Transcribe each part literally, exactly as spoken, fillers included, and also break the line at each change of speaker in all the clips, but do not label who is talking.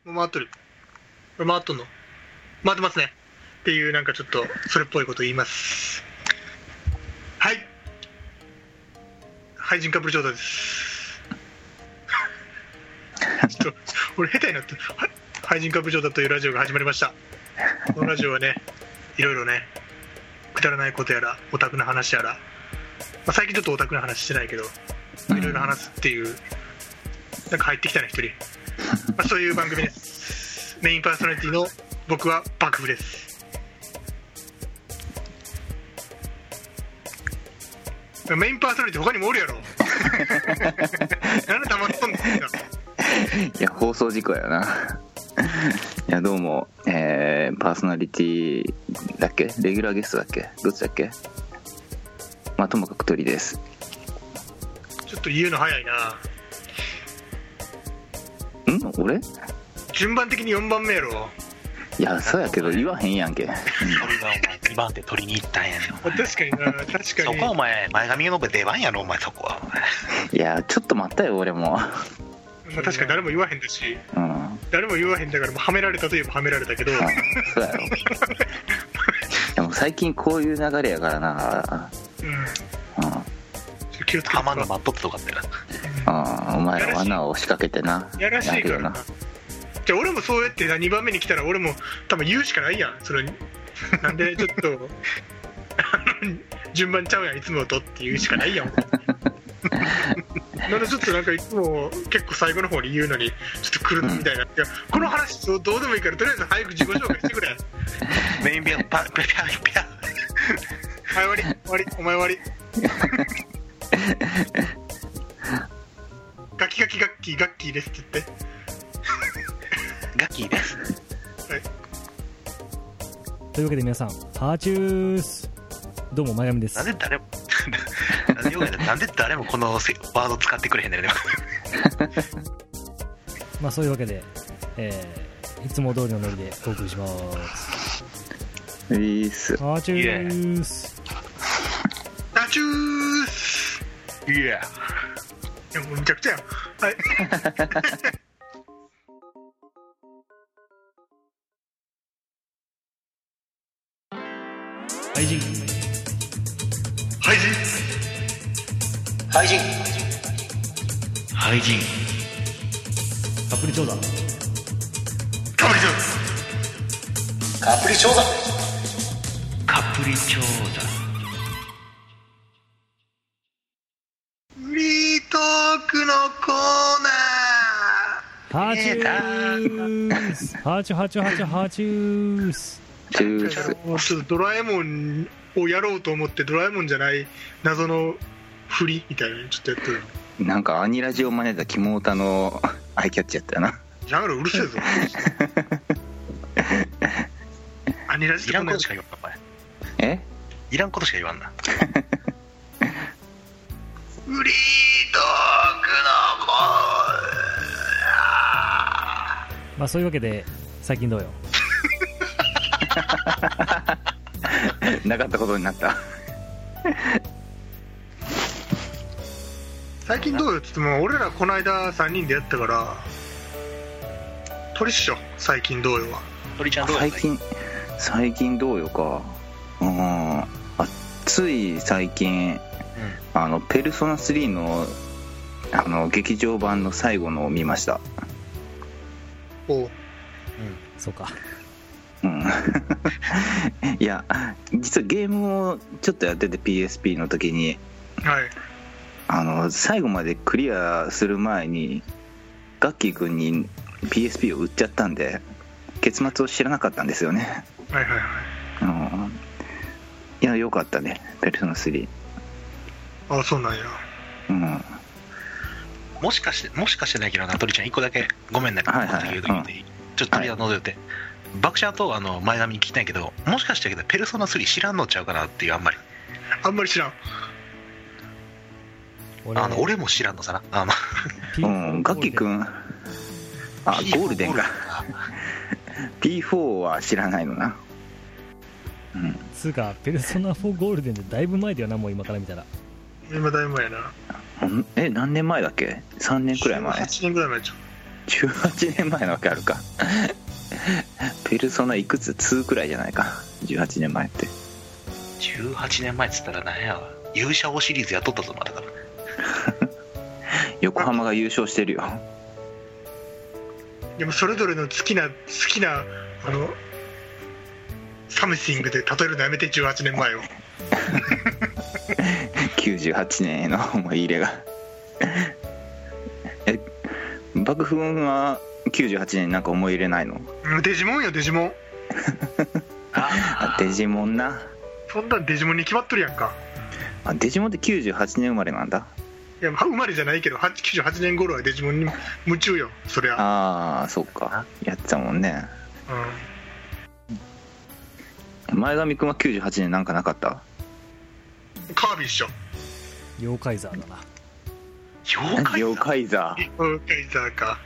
もう回っとる。回っとんの回ってますねっていう、なんかちょっとそれっぽいこと言います。はい、廃人カップル調査です。ちょっと俺下手になって、廃人カップル調査というラジオが始まりました。このラジオはね、いろいろね、くだらないことやらオタクの話やら、まあ、最近ちょっとオタクの話してないけど、いろいろ話すっていう、なんか入ってきたね一人、まあ、そういう番組です。メインパーソナリティの僕は幕府です。メインパーソナリティ他にもおるやろ。なんで黙っとんの。い
や放送事故やな。いやどうも、えー、パーソナリティだっけ、レギュラーゲストだっけ、どっちだっけ。まあともかく鳥です。
ちょっと言うの早いな。
ん俺
順番的によんばんめやろ。
いやそうやけど言わへんやんけ。
鳥がお前にばん手取りに行ったんやねん。
確かにな、確かに。
そこはお前前髪の出番やろお前、そこは。
いやちょっと待ったよ俺も。
まあ、確かに誰も言わへんだし、
うん、
誰も言わへんだからもうはめられたといえばはめられたけど、うん、
そうやろ。でも最近こういう流れやからな。うん、うん、
気をつけて。
ハマんの待っとってとかってな。
ああお前ら罠を仕掛けてな。
やらしいからな。じゃあ俺もそうやってにばんめに来たら俺も多分言うしかないやん。それなんでちょっと順番ちゃうやんいつもとって言うしかないやん。なんでちょっとなんかいつも結構最後の方に言うのにちょっと来るみたいな、うん、いやこの話どうでもいいからとりあえず早く自己紹介してくれ。
メインビアパピャピャピャ。
はい終わり終わりお前終わり。ガキガキガッキーガッキーですって言って。
ガッキーです、
はい、というわけで皆さんハーチュース、どうも前髪です。
なんで誰もなんで誰もこのワード使ってくれへんねんね。
まあそういうわけで、えー、いつも通りのノリでお送りします。
いいっす。
ハーチュース
ハーチュース
イエー。い
やもうむちゃくちゃやん。はい
廃人
廃人
廃人廃人
カプリ調査
カプリ調
査カプリ調査カプリ調査
フリートークのコーナー。
ハーチュースハーチューハーチューハーチューハーチュース
チュース。
ちょっとドラえもんをやろうと思ってドラえもんじゃない謎の振りみたいなのちょっとやってる。
なんかアニラジを真似たキモータのアイキャッチやったよな。
やめろうるせえぞ。アニラジ
いらんことしか言わんなお前。
え
いらんことしか言わんな。
フリートークのコーナー。
まあそういうわけで最近どうよ。
なかったことになった。
最近どうよって言っても俺らこの間さんにんでやったから鳥っしょ。最近どうよは
鳥ちゃんどうよ。
最近最近どうよか。うん、あつい最近、うん、あのペルソナスリーのあの劇場版の最後のを見ました。
おう、うん、
そうか。
うん、いや実はゲームをちょっとやってて ピーエスピー の時に、
はい、
あの最後までクリアする前にガッキー君に ピーエスピー を売っちゃったんで結末を知らなかったんですよね。
はいはいはい。
うん、いや良かったねペルソナスリ
ー。あそうなんや。
うん。
もしかしてもしかしてないけどな鳥ちゃん一個だけごめんね。
はいはい、
言うと言うといい、うん、ちょっと鳥は覗いて。はい、爆笑とあの前髪に聞きたいけど、もしかしてけどペルソナスリー知らんのちゃうかなっていう。あんまり
あんまり知らん。
俺あの俺も知らんのさな。あ
のうんガッキー君あゴールデンか。ピーフォー は知らないのな。
うん、つうかペルソナフォーゴールデンでだいぶ前だよな。もう今から見たら
今だいぶ前やな。
え何年前だっけ。さんねんくらい前。
はちねんくらい前ちゃ
じゅうはちねんまえなわけあるかペルソナいくつにくらいじゃないか、じゅうはちねんまえって。
じゅうはちねんまえっつったら何やわ、勇者王シリーズやっとったぞまだから
横浜が優勝してるよ。
でもそれぞれの好きな好きなあのサムシングで例えるのやめて、じゅうはちねんまえを
きゅうじゅうはちねんへの思い入れがえ、爆風はきゅうじゅうはちねんになんか思い入れないの？
デジモンよデジモン
あ、デジモンな。
そんなんデジモンに決まっとるやんか。
あ、デジモンってきゅうじゅうはちねん生まれなんだ。
いや生まれじゃないけどきゅうじゅうはちねん頃はデジモンに夢中よそりゃ。
ああ、そっか、やってたもんね。
うん、
前髪くんはきゅうじゅうはちねんなんかなかった？
カービィっしょ。
妖怪座だな。
妖怪
妖怪座。
妖怪座か。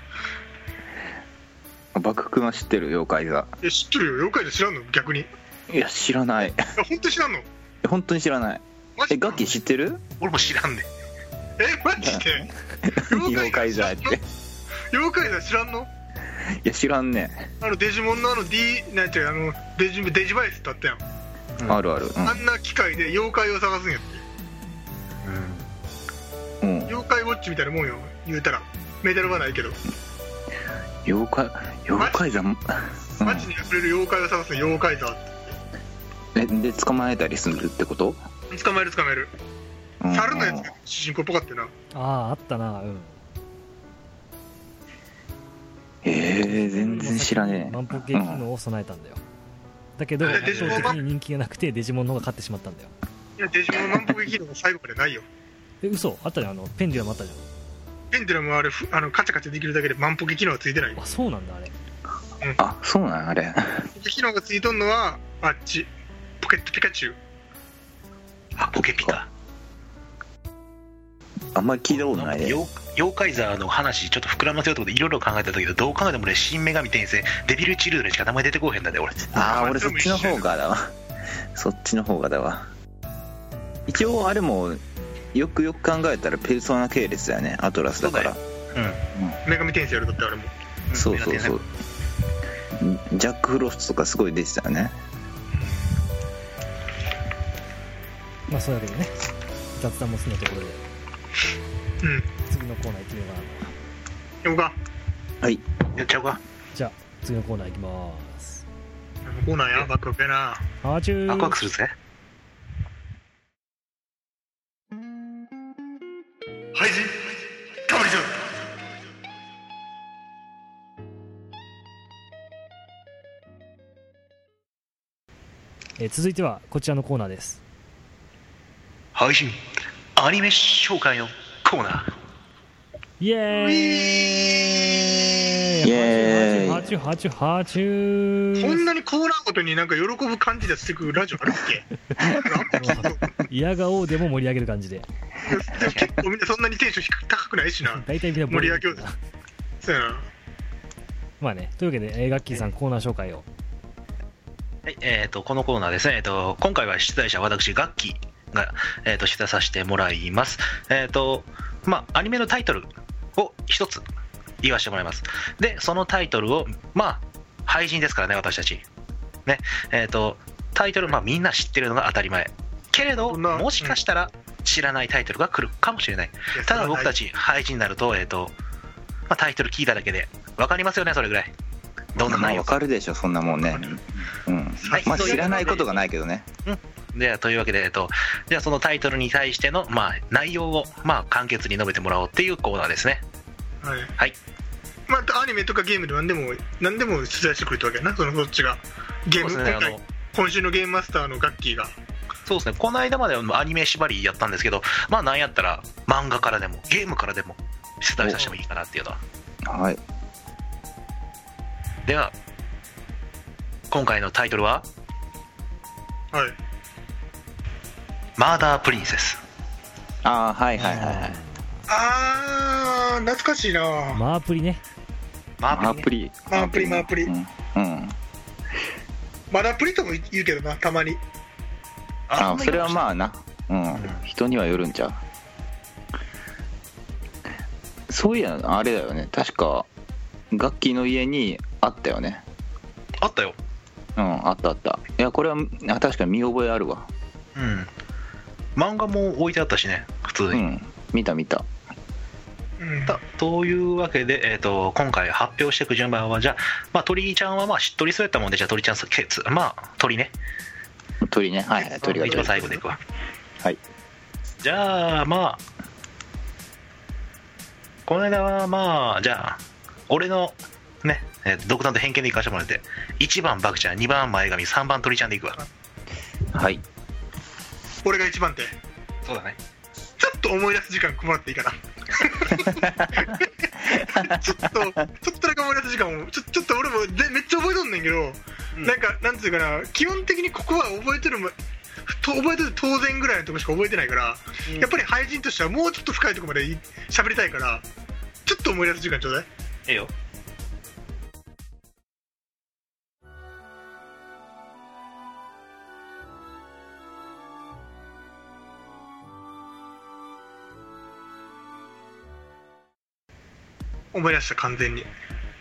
バクくんは知ってる？妖怪座。
え、知ってるよ。妖怪座知らんの？逆に。
いや、知らない。
本当に知らんの？
本当に知らない。え、ガッキー知ってる？
俺も知らんね。
え、マジで
妖怪座って。
妖怪座知らんの？
いや、知らんね。
あのデジモンのあの D なんていうあのデジデジバイスってあったやん、
うん、あるある、うん、
あんな機械で妖怪を探すんやって、うんうん、妖怪ウォッチみたいなもんよ言うたら。メダルはないけど
妖怪妖怪座、
街に溢れる妖怪を探すの妖怪座って。
え、で捕まえたりするってこと？
捕まえる捕まえる。猿のやつが主人公っぽかったよな。
ああ、あったな。うん。
えー、全然知らねえ。
万歩計機能を備えたんだよ、うん、だけど圧倒的に人気がなくてデジモンの方が勝ってしまったんだよ。
いや、デジモン万歩計機能が最後までないよ。
え、嘘？あったじゃん。あのペンデュラムあったじゃん。
ペンデュラムはあれあのカチャカチャできるだけで万歩計機能がついてない。
あ、そうなんだあれ、
うん、あ、そうなんあれ。万
歩計機能がついとんのはあっちポケットピカチュウ。
あ、ポケピカ。
あんまり聞いたことないね。
妖怪座の話ちょっと膨らませようと思っていろいろ考えたけど、どう考えても俺新女神転生デビルチルドレしか名前出てこうへんだで俺。
ああ、俺そっちの方がだわそっちの方がだわ。一応あれもよくよく考えたらペルソナ系列だよね、アトラスだから。
うん、うん、女神転生やるだってあれも、
うん、そうそうそう。ジャック・フロストとかすごい出てたよね。
まあそういうわけでね、雑談も済んだところで、うん、次のコーナー行ってみようかな。
行こうか。
はい、
やっちゃうか。
じゃあ次のコーナー行きます。
コーナーや、バックアップやな。
あちゅー。
ワクワクするぜ。
はいじかわりじゃ。
えー、続いてはこちらのコーナーです。
配信アニメ紹介のコーナー。
イエーイ
イエーイ。
ハチュハチュハチュ。
こんなにコーナーごとになんか喜ぶ感じでしてくるラジオあるっけ？
嫌顔でも盛り上げる感じで。
でも結構みんなそんなにテンション低く高くないしな。
大体みんな
盛り上げようぜ。そうやな。
まあね、というわけで、えー、ガッキーさんコーナー紹介を。
はい、えーとこのコーナーですね。えーと今回は出題者私ガッキーが、えー、と出題させてもらいます。えーとまあアニメのタイトルを一つ言わせてもらいます。でそのタイトルをまあ俳人ですからね私たちね。えーとタイトルまあみんな知ってるのが当たり前けれど、もしかしたら知らないタイトルが来るかもしれない。ただ僕たち俳人になると、えーとまあ、タイトル聞いただけで分かりますよね、それぐらい。どんな内容か。
分かるでしょそんなもんね。うん、はい、まあ知らないことがないけどね。
うん、ではというわけで、えっと、じゃあそのタイトルに対しての、まあ、内容を、まあ、簡潔に述べてもらおうっていうコーナーですね。
はい、
はい。
まあ、アニメとかゲームで何でも何でも出題してくれたわけやな、そのそっちがゲーム、ね、今回今週のゲームマスターのガッキーが。そうですね、
この間まではアニメ縛りやったんですけど、まあなんやったら漫画からでもゲームからでも出題させてもいいかなっていうのは。
はい。
では今回のタイトルは、
はい、
マーダープリンセス。
ああ、はいはいはいはい。
あー、懐かしいな。
マープリね。
マープリ、
マープリ、マープリ、うん、
うん、
マダプリとも言うけどな、たまに。
ああ、それはまあな、うん、うん、人にはよるんちゃう。そういやあれだよね、確か楽器の家にあったよね。
あったよ。
うんあったあった。いやこれはあ確かに見覚えあるわ。
うん漫画も置いてあったしね普通に、
うん、見た見た。
うん
だというわけで、えー、と今回発表していく順番はじゃあ、まあ、鳥ちゃんはまあしっとりそうやったもんでじゃあ鳥ちゃんケツまあ鳥ね
鳥ねはいはい鳥が
一番最後でいくわ。
はい
じゃあまあこの間はまあじゃあ俺のね、えー、独断と偏見でいかせてもらっていちばんバクちゃんにばん前髪さんばん鳥ちゃんでいくわ。
はい
俺が一番手。
そうだね。
ちょっと思い出す時間もらっていいかな。ちょっとちょっとだけ思い出す時間をちょちょっと俺もでめっちゃ覚えとんねんけど、うん、なんかなんつうかな基本的にここは覚えてると覚えてる当然ぐらいのとこしか覚えてないから、うん、やっぱり俳人としてはもうちょっと深いとこまで喋りたいからちょっと思い出す時間ちょうだい。
ええよ。
思い出した完全に。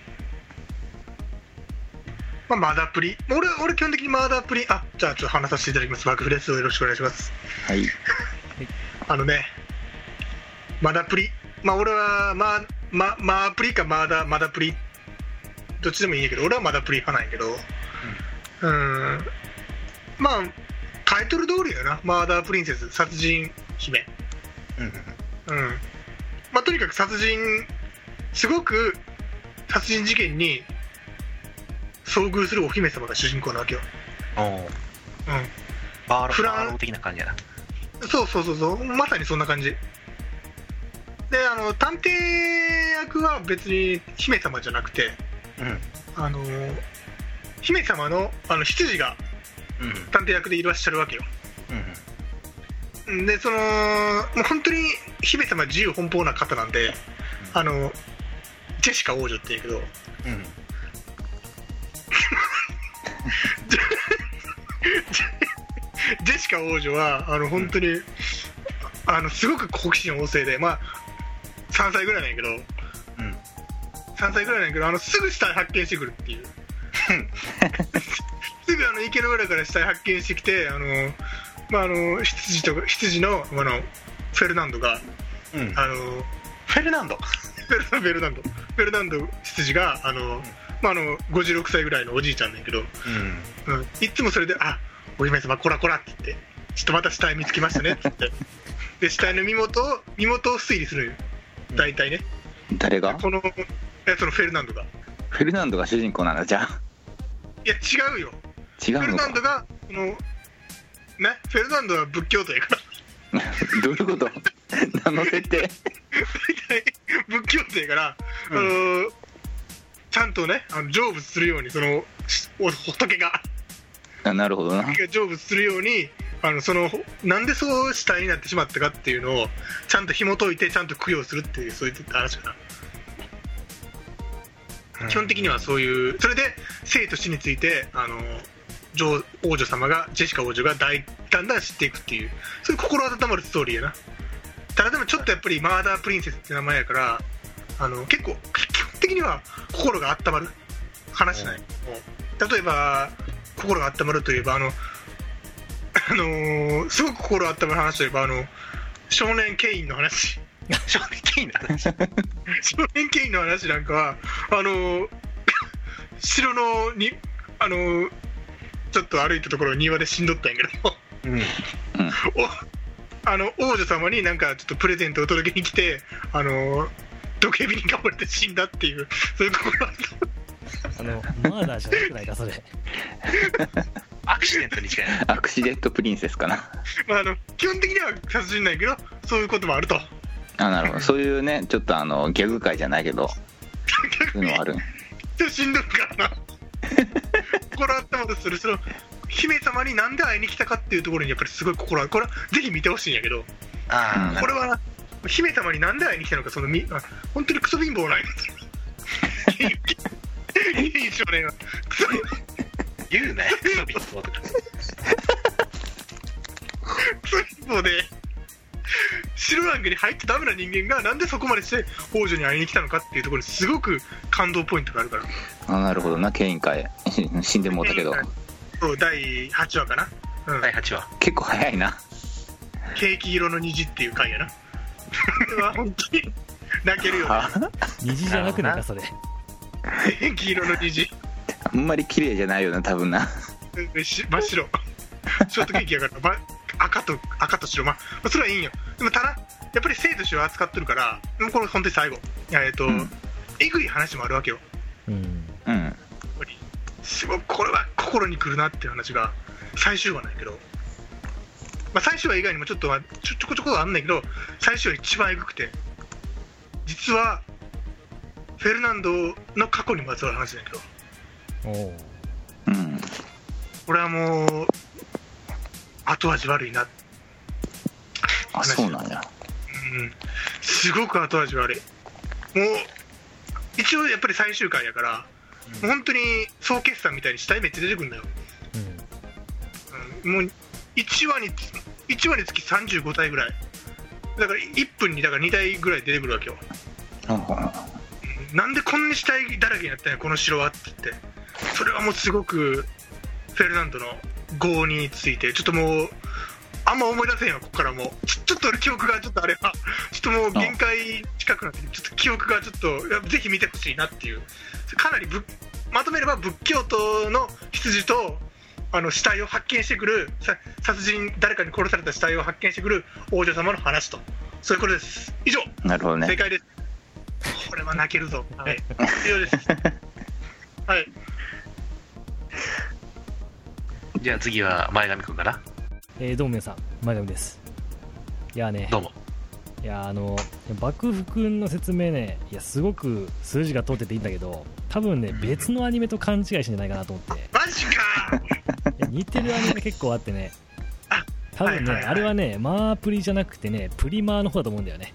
まあマダプリ俺俺基本的にマダプリあじゃあちょっと話させていただきます。幕府です。よろしくお願いします。
はい
あのねマダプリまあ俺はままマープリかマダマダプリどっちでもいいんやけど俺はマダプリ派なんやけどうん、うんまあタイトル通りやなマーダープリンセス殺人姫うん、うん、まあとにかく殺人すごく殺人事件に遭遇するお姫様が主人公なわけよ。
おうんバーロ
フラン
バーロ的な感じやな。
そうそうそうそうまさにそんな感じであの探偵役は別に姫様じゃなくて、うん、あの姫様のあの執事が探偵役でいらっしゃるわけよ、うんうん、でそのもう本当に姫様自由奔放な方なんで、うん、あのジェシカ王女って言うけど、うん、ジェシカ王女はあの本当に、うん、あのすごく好奇心旺盛で、まあさんさいぐらいなんやけど、うん、さんさいぐらいなんやけどあのすぐ死体発見してくるっていうすぐあの池の裏から死体発見してきてあの、まあ、あの執事とか執事の、あのフェルナンドが、うん、あの
フェルナンド
フェルナンドフェルナンド執事があの、うんまあ、あのごじゅうろくさいぐらいのおじいちゃんだけど、うんうん、いつもそれであお姫様こらこらって言ってちょっとまた死体見つけましたねって言ってで死体の身元を身元を推理する大体ね、
うん、誰が
このそのフェルナンドが
フェルナンドが主人公なんだじゃあ
いや違うよ
違うのか
フェルナンドがこのねフェルナンドは仏教徒やから
どういうこと何の設定大体
仏教徒やから、うん、あのちゃんとねあの成仏するようにその仏が
あなるほどな
仏が成仏するようにあのそのなんでそう死体になってしまったかっていうのをちゃんと紐解いてちゃんと供養するっていうそういった話かな、うん、基本的にはそういうそれで生と死についてあの王女様がジェシカ王女がだいだんだん知っていくっていうそういう心温まるストーリーやな。ただでもちょっとやっぱりマーダープリンセスって名前やからあの結構基本的には心が温まる話ない、うん、例えば心が温まるといえばあのあのー、すごく心温まる話といえばあの少年ケインの話
少年ケインの話少
年ケインの話なんかはあのー、城のにあのー、ちょっと歩いたところ庭で死んどったんやけど、うん、あの王女様になんかちょっとプレゼントを届けに来てあのー、毒蛇に噛まれて死んだっていうそういうところが
あのマーダーじゃなくないかそれ
アクシデントに近い
アクシデントプリンセスかな
まああの基本的には殺人ないけどそういうこともあると
あなるほどそういうねちょっとあのギャグ界じゃないけどそういうのある
死んどるからな心温まるするその姫様になんで会いに来たかっていうところにやっぱりすごい心これはぜひ見てほしいんやけどあこれは姫様になんで会いに来たのかそのみあ本当にクソ貧乏なんやいい少年はクソ
言うねクソ貧乏とか
クソ貧乏で白ランクに入ってダメな人間がなんでそこまでして王女に会いに来たのかっていうところにすごく感動ポイントがあるから。
あ、なるほどな。ケイン会死んでもうたけど、
そうだいはちわかな、うん、
だいはちわ
結構早いな。
ケーキ色の虹っていう回やな。これは本当に泣けるよね。
虹じゃなくねえかそれ。
ケーキ色の虹
あんまり綺麗じゃないよな多分な。
真っ白ショートケーキやから、ま、赤と赤と白、まあそれはいいんよ。でもただやっぱり生と死を扱ってるから、もうこれ本当に最後えっと、うん、えぐい話もあるわけよ。
うん
うん。
すごくこれは心にくるなっていう話が最終話なんやけど、まあ、最終話以外にもちょっとちょちょこちょこあんないけど、最終話一番えぐくて、実はフェルナンドの過去にまつわる話なんやけど、
お
うん、
俺はもう後味悪いな。
あ、そうなんや。
うん、すごく後味悪い。もう一応やっぱり最終回やから、うん、もう本当に総決算みたいに死体めっちゃ出てくるんだよ、うんうん、もういちわにいちわにつきさんじゅうごたいぐらいだから、いっぷんにだからにたいぐらい出てくるわけよ、うん、なんでこんな死体だらけになったんやこの城はって言って、それはもうすごくフェルナンドの業についてちょっともうあんま思い出せんよ、ここからもうちょ、ちょっと俺記憶がちょっとあれはちょっともう限界近くなってちょっと記憶がちょっといやぜひ見てほしいなっていう、かなりぶまとめれば仏教徒の羊とあの死体を発見してくる殺人、誰かに殺された死体を発見してくる王女様の話と、そういうことです。以上。
なるほどね。
正解です。これは泣けるぞ。はい。以上です。はい。
じゃあ次は前髪くんかな。
えー、どうも皆さん、前髪です。いやね、
どうも。
いやあの幕府くんの説明ね、いやすごく数字が通ってていいんだけど、多分ね別のアニメと勘違いしてんじゃないかなと思って。
マジか。
いや似てるアニメ結構あってね、多分ね、はいはいはい、あれはねマープリじゃなくてねプリマーの方だと思うんだよね。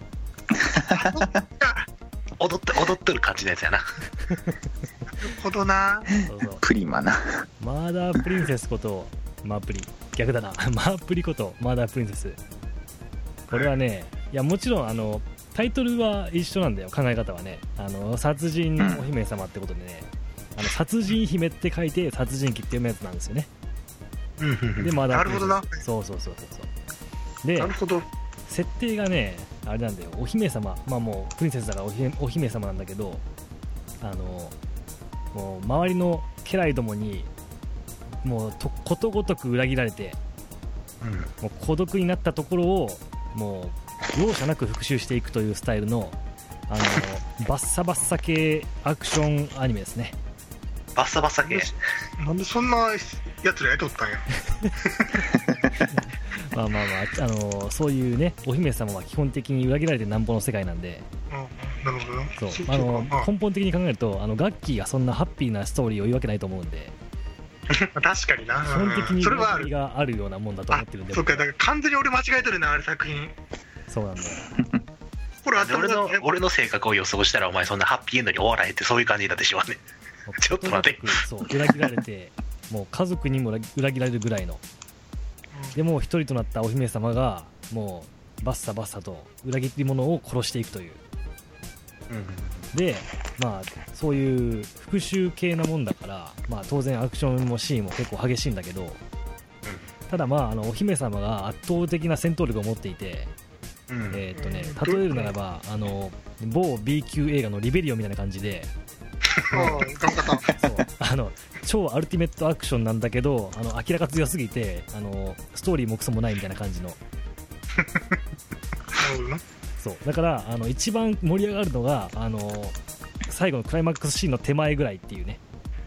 踊って踊ってる感じのやつやな。な
るほどな。
そうそうプリマな。
マーダープリンセスことマープリ、逆だな。マープリことマーダープリンセス。これはね、いやもちろんあのタイトルは一緒なんだよ、考え方はね。あの殺人お姫様ってことでね、あの殺人姫って書いて殺人鬼って読むやつなんですよね。でマーダープリンセス。なるほどな。そうそうそうそうで、なるほど。設定がねあれなんだよ、お姫様、まあもうプリンセスだから お, 姫お姫様なんだけど、あのもう周りの家来どもにもうとことごとく裏切られて、うん、もう孤独になったところをもう容赦なく復讐していくというスタイルの、あのバッサバッサ系アクションアニメですね。
バッサバッサ系。
なんでそんなやつら雇ったんや。
まあまあまあ、あのそういうね、お姫様は基本的に裏切られてなんぼの世界なんで、
なるほどな。
そう、あの根本的に考えると、あのガッキーがそんなハッピーなストーリーを言うわけないと思うんで。
確かにな。
基本的に裏切りがあるようなもんだと思ってるんで。
そうか、だから完全に俺間違えてるな、あれ作品。
そうなんだよ。
これ俺の俺の性格を予想したらお前そんなハッピーエンドに終わらへんってそういう感じになってしまうね。ちょっと待って。
そう裏切られて、もう家族にも裏切られるぐらいの。でも一人となったお姫様がもうバッサバッサと裏切り者を殺していくという。うん、で、まあそういう復讐系なもんだから、まあ当然アクションもシーンも結構激しいんだけど、うん、ただまああのお姫様が圧倒的な戦闘力を持っていて。うん、えーっとね、例えるならばあの某 ビー 級映画のリベリオみたいな感じでそうあの超アルティメットアクションなんだけど、あの明らか強すぎてあのストーリーもクソもないみたいな感じのそうだからあの一番盛り上がるのがあの最後のクライマックスシーンの手前ぐらいっていうね。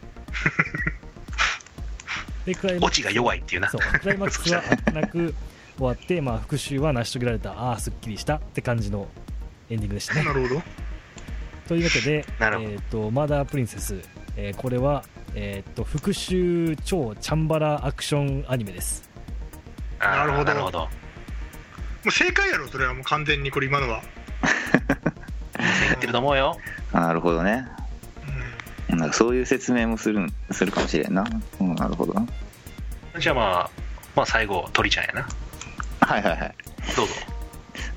でクライマックスオ
チが弱いっていうな。
そうクライマックスはあっなく終わって、まあ、復讐は成し遂げられた、ああすっきりしたって感じのエンディングでしたね。
なるほど。
というわけで、えー、とマーダープリンセス、えー、これは、えー、と復讐超チャンバラアクションアニメです。
なるほど。
なるほど。
もう正解やろそれはもう完全にこれ今のは。
言ってると思うよ。
なるほどね。うん、なんかそういう説明もするするかもしれんな。うん、なるほど。
じゃあまあまあ最後鳥ちゃんやな。
はいはいはい。
どうぞ。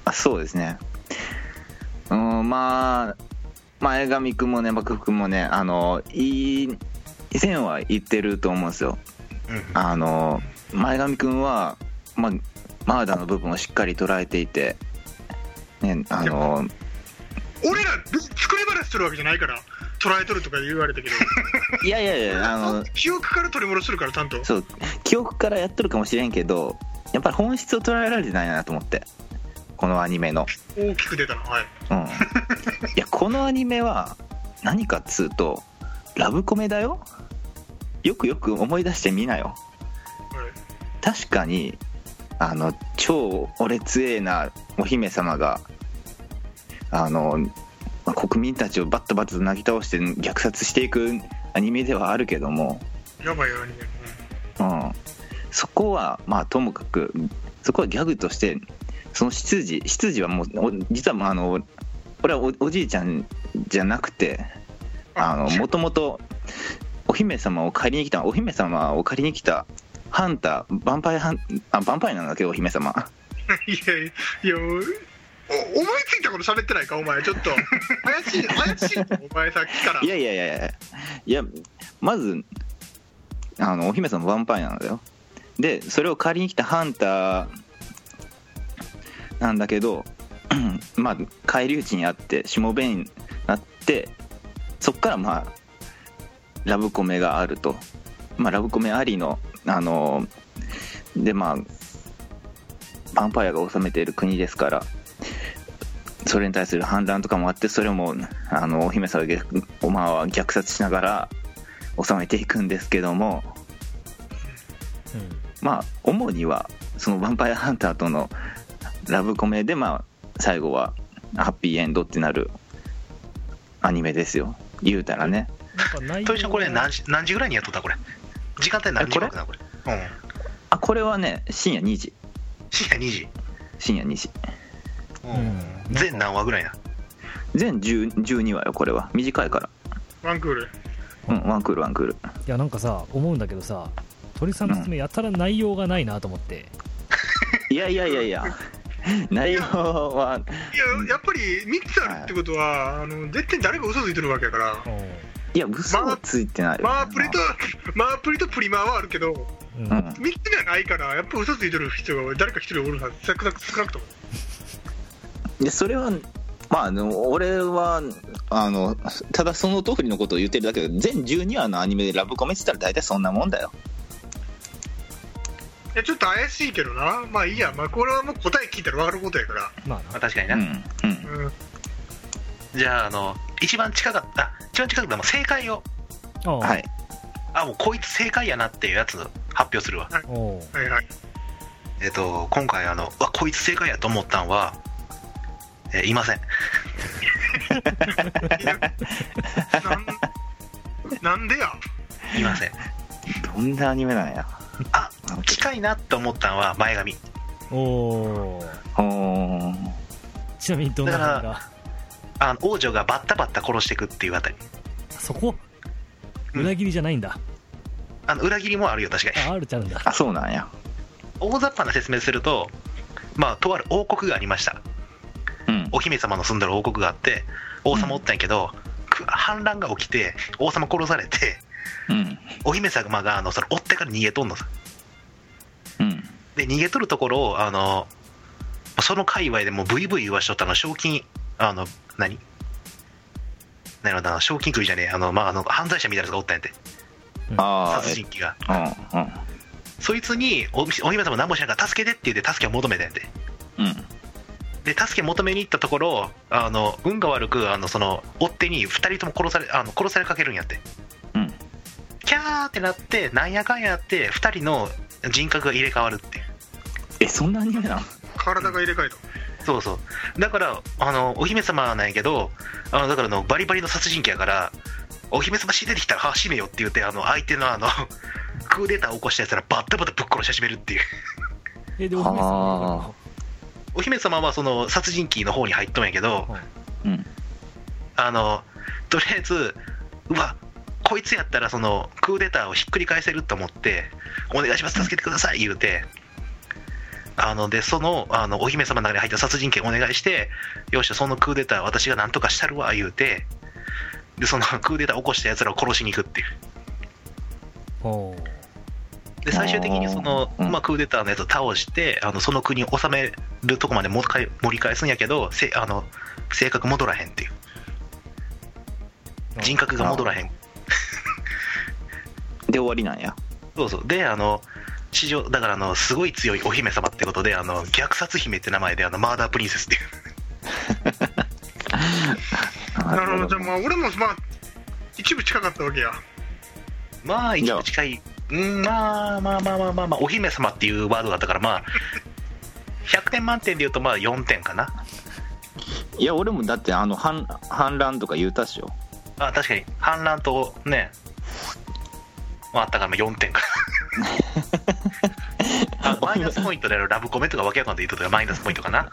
あそうですね。うん、まあ前髪くんもね幕府くんもね、あのいい線は言ってると思うんですよ。
うん、
あの前髪くんは、まあ、マーダーの部分をしっかり捉えていて、ね、あの
俺ら作り話するわけじゃないから捉えとるとか言われたけど
いやいやいや、あの
記憶から取り戻するからちゃんと。
そう記憶からやっとるかもしれんけど、やっぱり本質を捉えられてないなと思って、このアニメの。
大きく出たの、はい、
うん、いやこのアニメは何かっつうとラブコメだよ。よくよく思い出してみなよ。
はい、
確かにあの超俺強えなお姫様があの国民たちをバッタバッタとなぎ倒して虐殺していくアニメではあるけども、
やばいアニメ、
うん、そこはまあともかくそこはギャグとしてその執事執事はもう実はあの俺は お, おじいちゃんじゃなくて、あのもともとお姫様を借りに来たお姫様を借りに来たハンターヴァンパイアハンあヴァンパイアなんだけどお姫様
いやいやお思いついたこと喋ってないかお前。ちょっと怪しい怪しいお前さっきから。
いやいやいやいやいや、まずあのお姫様ヴァンパイアなんだよ。でそれを借りに来たハンターなんだけどまあ返り討ちにあってしもべになって、そっからまあラブコメがあると、まあラブコメありのあのでまあヴァンパイアが治めている国ですから、それに対する反乱とかもあって、それもあのお姫様がおまは虐殺しながら治めていくんですけども、うん、まあ主にはそのヴァンパイアハンターとのラブコメで、まあ最後はハッピーエンドってなるアニメですよ、言うたらね。
トイちゃんこれ何時、何時ぐらいにやっとったこれ時間帯何時ぐらいなこれ。これ、うん、
あこれはね深夜にじ。
深夜にじ。
深夜にじ。
うん、全何話ぐらいな。
全じゅう、じゅうにわよ。これは短いから。
ワンクール。
うんワンクールワンクール。い
やなんかさ思うんだけどさ、鳥さんの説明やたら内容がないなと思って、
うん、いやいやいやいや内容は
いややっぱりみっつあるってことは、はい、あの絶対誰か嘘ついてるわけやから。
いや嘘はついてないよ、
まあ、マープリとマープリとプリマーはあるけど、
うん、
みっつにはないから、やっぱ嘘ついてる人が誰か一人おるはず、少なくとも。
でそれはまああの俺はあのただその通りのことを言ってるだけで、全じゅうにわのアニメでラブコメって言ったら大体そんなもんだよ。
いやちょっと怪しいけどな。まあいいや、まあ、これはもう答え聞いたら分かることやから。
まあ、まあ、確かにな、
うんうん
うん、じゃああの一番近かった一番近かったもう正解を、
はい、
あもうこいつ正解やなっていうやつ発表するわ。
はいはいはい。
えっと今回あのわこいつ正解やと思ったんは、えー、いません
な, なんでや
いません。
どんなアニメなんや。
あ近いなって思ったんは前髪。
おお。ちなみにどんなのが
あの王女がバッタバッタ殺していくっていうあたり。
そこ裏切りじゃないんだ、
うん、あの裏切りもあるよ確かに。
ああるちゃうんだ。
あそうなんや。
大雑把な説明すると、まあとある王国がありました、うん、お姫様の住んでる王国があって王様おったんやけど、うん、反乱が起きて王様殺されて、うん、お姫様があのその追ってから逃げとんのさ、うん、で逃げとるところをあのその界隈でもうブイブイ言わしとったの賞金あの何なるほど賞金首じゃねえあの、まあ、あの犯罪者みたいなやつがおったんやて、うん、殺人鬼が、うんうん、そいつに お, お姫様何もしないから助けてって言って助けを求めたんやて、うん、で助け求めに行ったところあの運が悪くあのその追っ手にふたりとも殺されあの殺されかけるんやって、うん、キャーってなってなんやかんやってふたりの人格が入れ替わるっていう。
えそんなアニメなの。
体が入れ替えた。
そうそうだからあのお姫様なんやけどあのだからのバリバリの殺人鬼やからお姫様死んできたらは死ねよって言ってあの相手のあのクーデターを起こしたやつらバッタバタぶっ殺し始めるっていう。
えでお姫様
お姫様はその殺人鬼の方に入っとんやけど、うん、あのとりあえずうわこいつやったらそのクーデターをひっくり返せると思ってお願いします助けてください言うてあのでそのあのお姫様の中に入った殺人剣お願いして、よっしゃそのクーデター私がなんとかしたるわ言うて、でそのクーデター起こしたやつらを殺しに行くっていう。
おー
で最終的にその、
うん
まあ、クーデターのやつを倒してあのその国を治めるとこまでもう一回盛り返すんやけど、せあの性格戻らへんっていう、人格が戻らへん。
で終わりなんや。
そうそう。であの史上だからあのすごい強いお姫様ってことで、あの虐殺姫って名前であのマーダープリンセスっていう
なるほど。じゃあまあ俺もまあ一部近かったわけや。
まあ一部近い、うんまあまあまあまあまあまあお姫様っていうワードだったからまあひゃくてん満点でいうとまあよんてんかな。
いや俺もだってあの反反乱とか言うたっしょ。
あ確かに反乱とねまああったからまあよんてんかあマイナスポイントであるラブコメとかわけわかんない言うとがマイナスポイントかな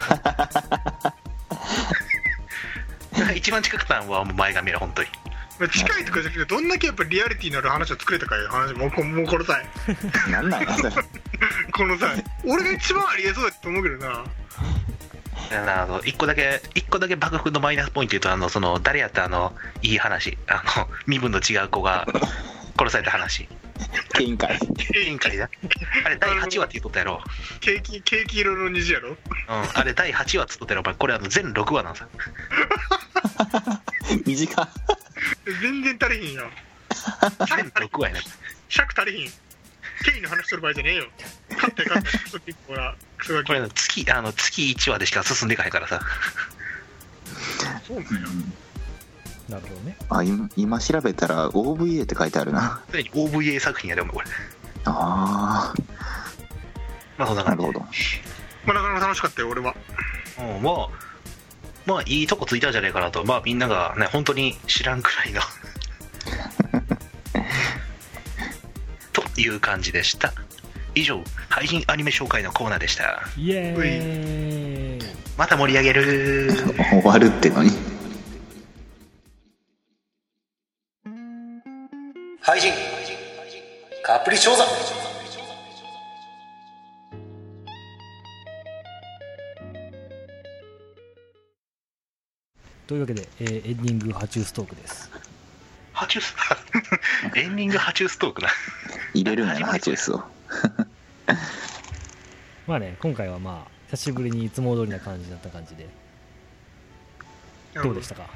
一番近くたんはもう前髪だ本当に。
近いとかじゃなくてどんだけやっぱりリアリティのある話を作れたかいう話もうこもうこの際
なんなんやそれ
この際俺が一番ありえそうだと思うけどな。
あのいっこだけいっこだけ爆風のマイナスポイント言うと、あのその誰やったあのいい話、あの身分の違う子が殺された話
ケイン会
委員会だあれだいはちわって言っとったやろ。
ケーキケーキ色の虹やろ。
うんあれだいはちわっつっとったやろ。お前これあの全ろくわなんさ
短っ
全然足りひんやん。
全ろくわやね。
ひゃく足りひん。ケイの話する場合じゃねえよ。勝って勝ってほらクソガキ
これの月あの月いちわでしか進んでいかへんからさ。
そうなんや。
なるほどね。
あ今今調べたら オーブイエー って書いてあるな。
すでに オーブイエー 作品やでお前これ。
あ
まあそんな感じ。
あなるほど。
まあなかなか楽しかったよ俺は。
うんまあまあいいとこついたんじゃないかなと。まあみんながね本当に知らんくらいのという感じでした。以上配信アニメ紹介のコーナーでした。
イエーイ。
また盛り上げる
終わるってのに。
配信カプリ調査。
というわけで、えーエンディングハチューストークです。
ハチュースエンディングハチューストークな。
入れるんやなハチュースを。
まあね、今回はまあ久しぶりにいつも通りな感じだった感じでどうでしたか。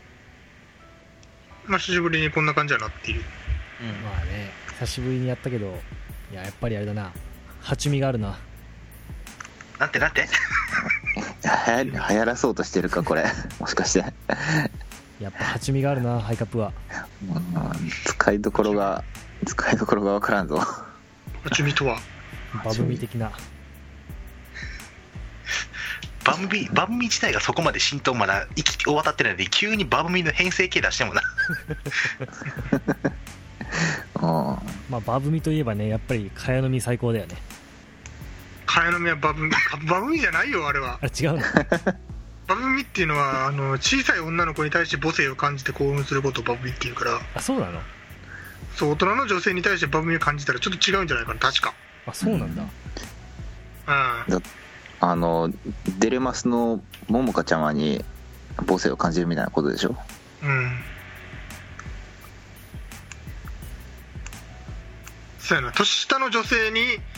まあ久しぶりにこんな感じやなっていう。
うん
まあね久しぶりにやったけど、いややっぱりあれだな、蜂蜜があるな。
なんてなんて
はや流行らそうとしてるかこれもしかして。
やっぱ蜂蜜があるなハイカップは。
うん使いどころが使いどころがわからんぞ。
蜂蜜とは
バブミ的な。
バブミバブミ自体がそこまで浸透まだ行き渡ってないので、急にバブミの編成形出してもな。
うん
まあバブミといえばねやっぱり茅飲み最高だよね。
茅飲みはバブミバブミじゃないよあれは。
あれ違うの。
バブミっていうのはあの小さい女の子に対して母性を感じて興奮することをバブミっていうから、
あそうなの。
そう大人の女性に対してバブミを感じたらちょっと違うんじゃないかな確か。
あそうなんだ。
うん
あのデレマスのももかちゃまに母性を感じるみたいなことでしょ。
うんそうやな、年下の女性に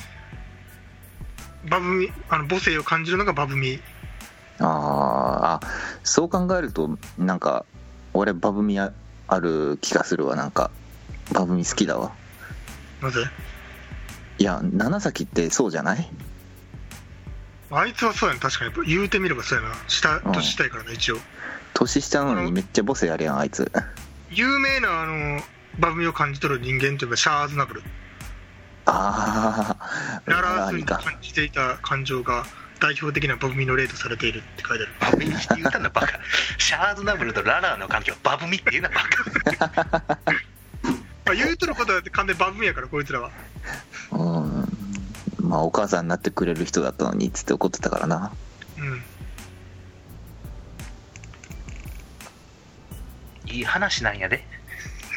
バブミあの母性を感じるのがバブミ。
あーあそう考えるとなんか俺バブミ あ, ある気がするわ。なんかバブミ好きだわ。
なぜ。
いや七崎ってそうじゃない。
あいつはそうやな、確かに言うてみればそうやな、下
うん
年下やからね一応。
年下なのにめっちゃ母性あるやんあいつ。
有名なあのバブミを感じ取る人間といえばシャアーズナブル。
ああ
ララーズに
兄か。
感じていた感情が代表的なバブミの例とされているって書いてある。
バブミって言うたんだバカ。シャーズナブルとララーの関係をバブミって言うなバカ。
まあ、言うとることだって完全にバブミやからこいつらは。
うんまあお母さんになってくれる人だったのにっつって怒ってたからな。
うん
いい話なんやで。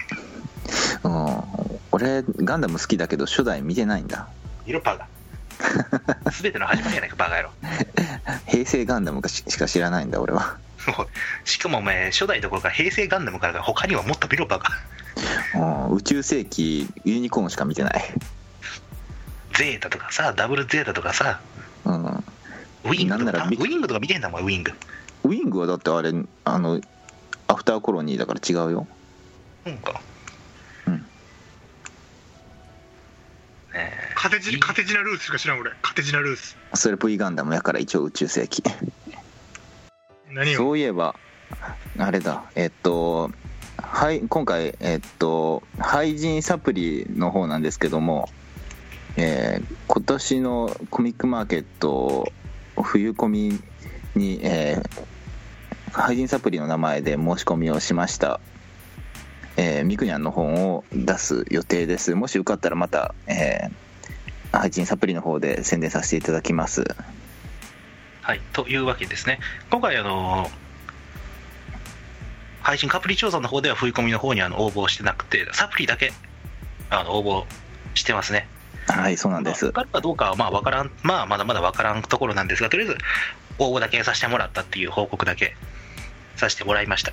うん俺ガンダム好きだけど初代見てないんだ。
色パが全ての始まりやないかバカ野郎。
平成ガンダムかししか知らないんだ俺は。
しかもお前初代どころか平成ガンダムからが他にはもっと見ろバカ。
うん宇宙世紀ユニコーンしか見てない。
ゼータとかさ、ダブルゼータとかさ、
うん、
ウィングとか、
なんなら
ウィングとか見てんだもん、ウィング。
ウィングはだってあれあのアフターコロニーだから違うよ。
うんか。
うん。
えー、
カテジカテジナルースしか知らん俺。カテジナルース。
それ V ガンダムやから一応宇宙世紀。
何を？
そういえばあれだえっとはい今回えっと廃人サプリの方なんですけども、えー、今年のコミックマーケット冬コミに、えー、廃人サプリの名前で申し込みをしました。えー、ミクニャンの本を出す予定です。もし受かったらまた、えー、廃人サプリの方で宣伝させていただきます。
はい、というわけですね。今回あの配信カプリ調査の方では冬コミの方にあの応募してなくて、サプリだけあの応募してますね。
はい、そうなんです。
まあ、受かるかどうかはまあわからん、まあまだまだわからんところなんですが、とりあえず応募だけさせてもらったっていう報告だけさせてもらいました。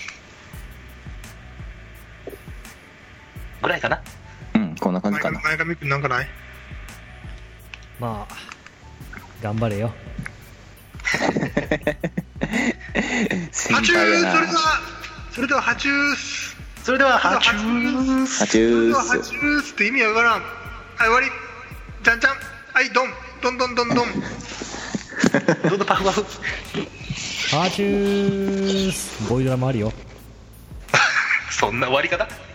ぐらいかな。
うん、こんな感じかな。
前髪くんなんかない？
まあ頑張れよ。
先
ハチュー
輩やな。
それではそれではハチュース
それではハチュース
ハチュー
ハチュースって意味わからん。はい終わり。じゃんじゃん。はいドンドンドンドンドン
どんどんパフパフ。
ハチュースボイドラもあるよ。
そんな終わり方？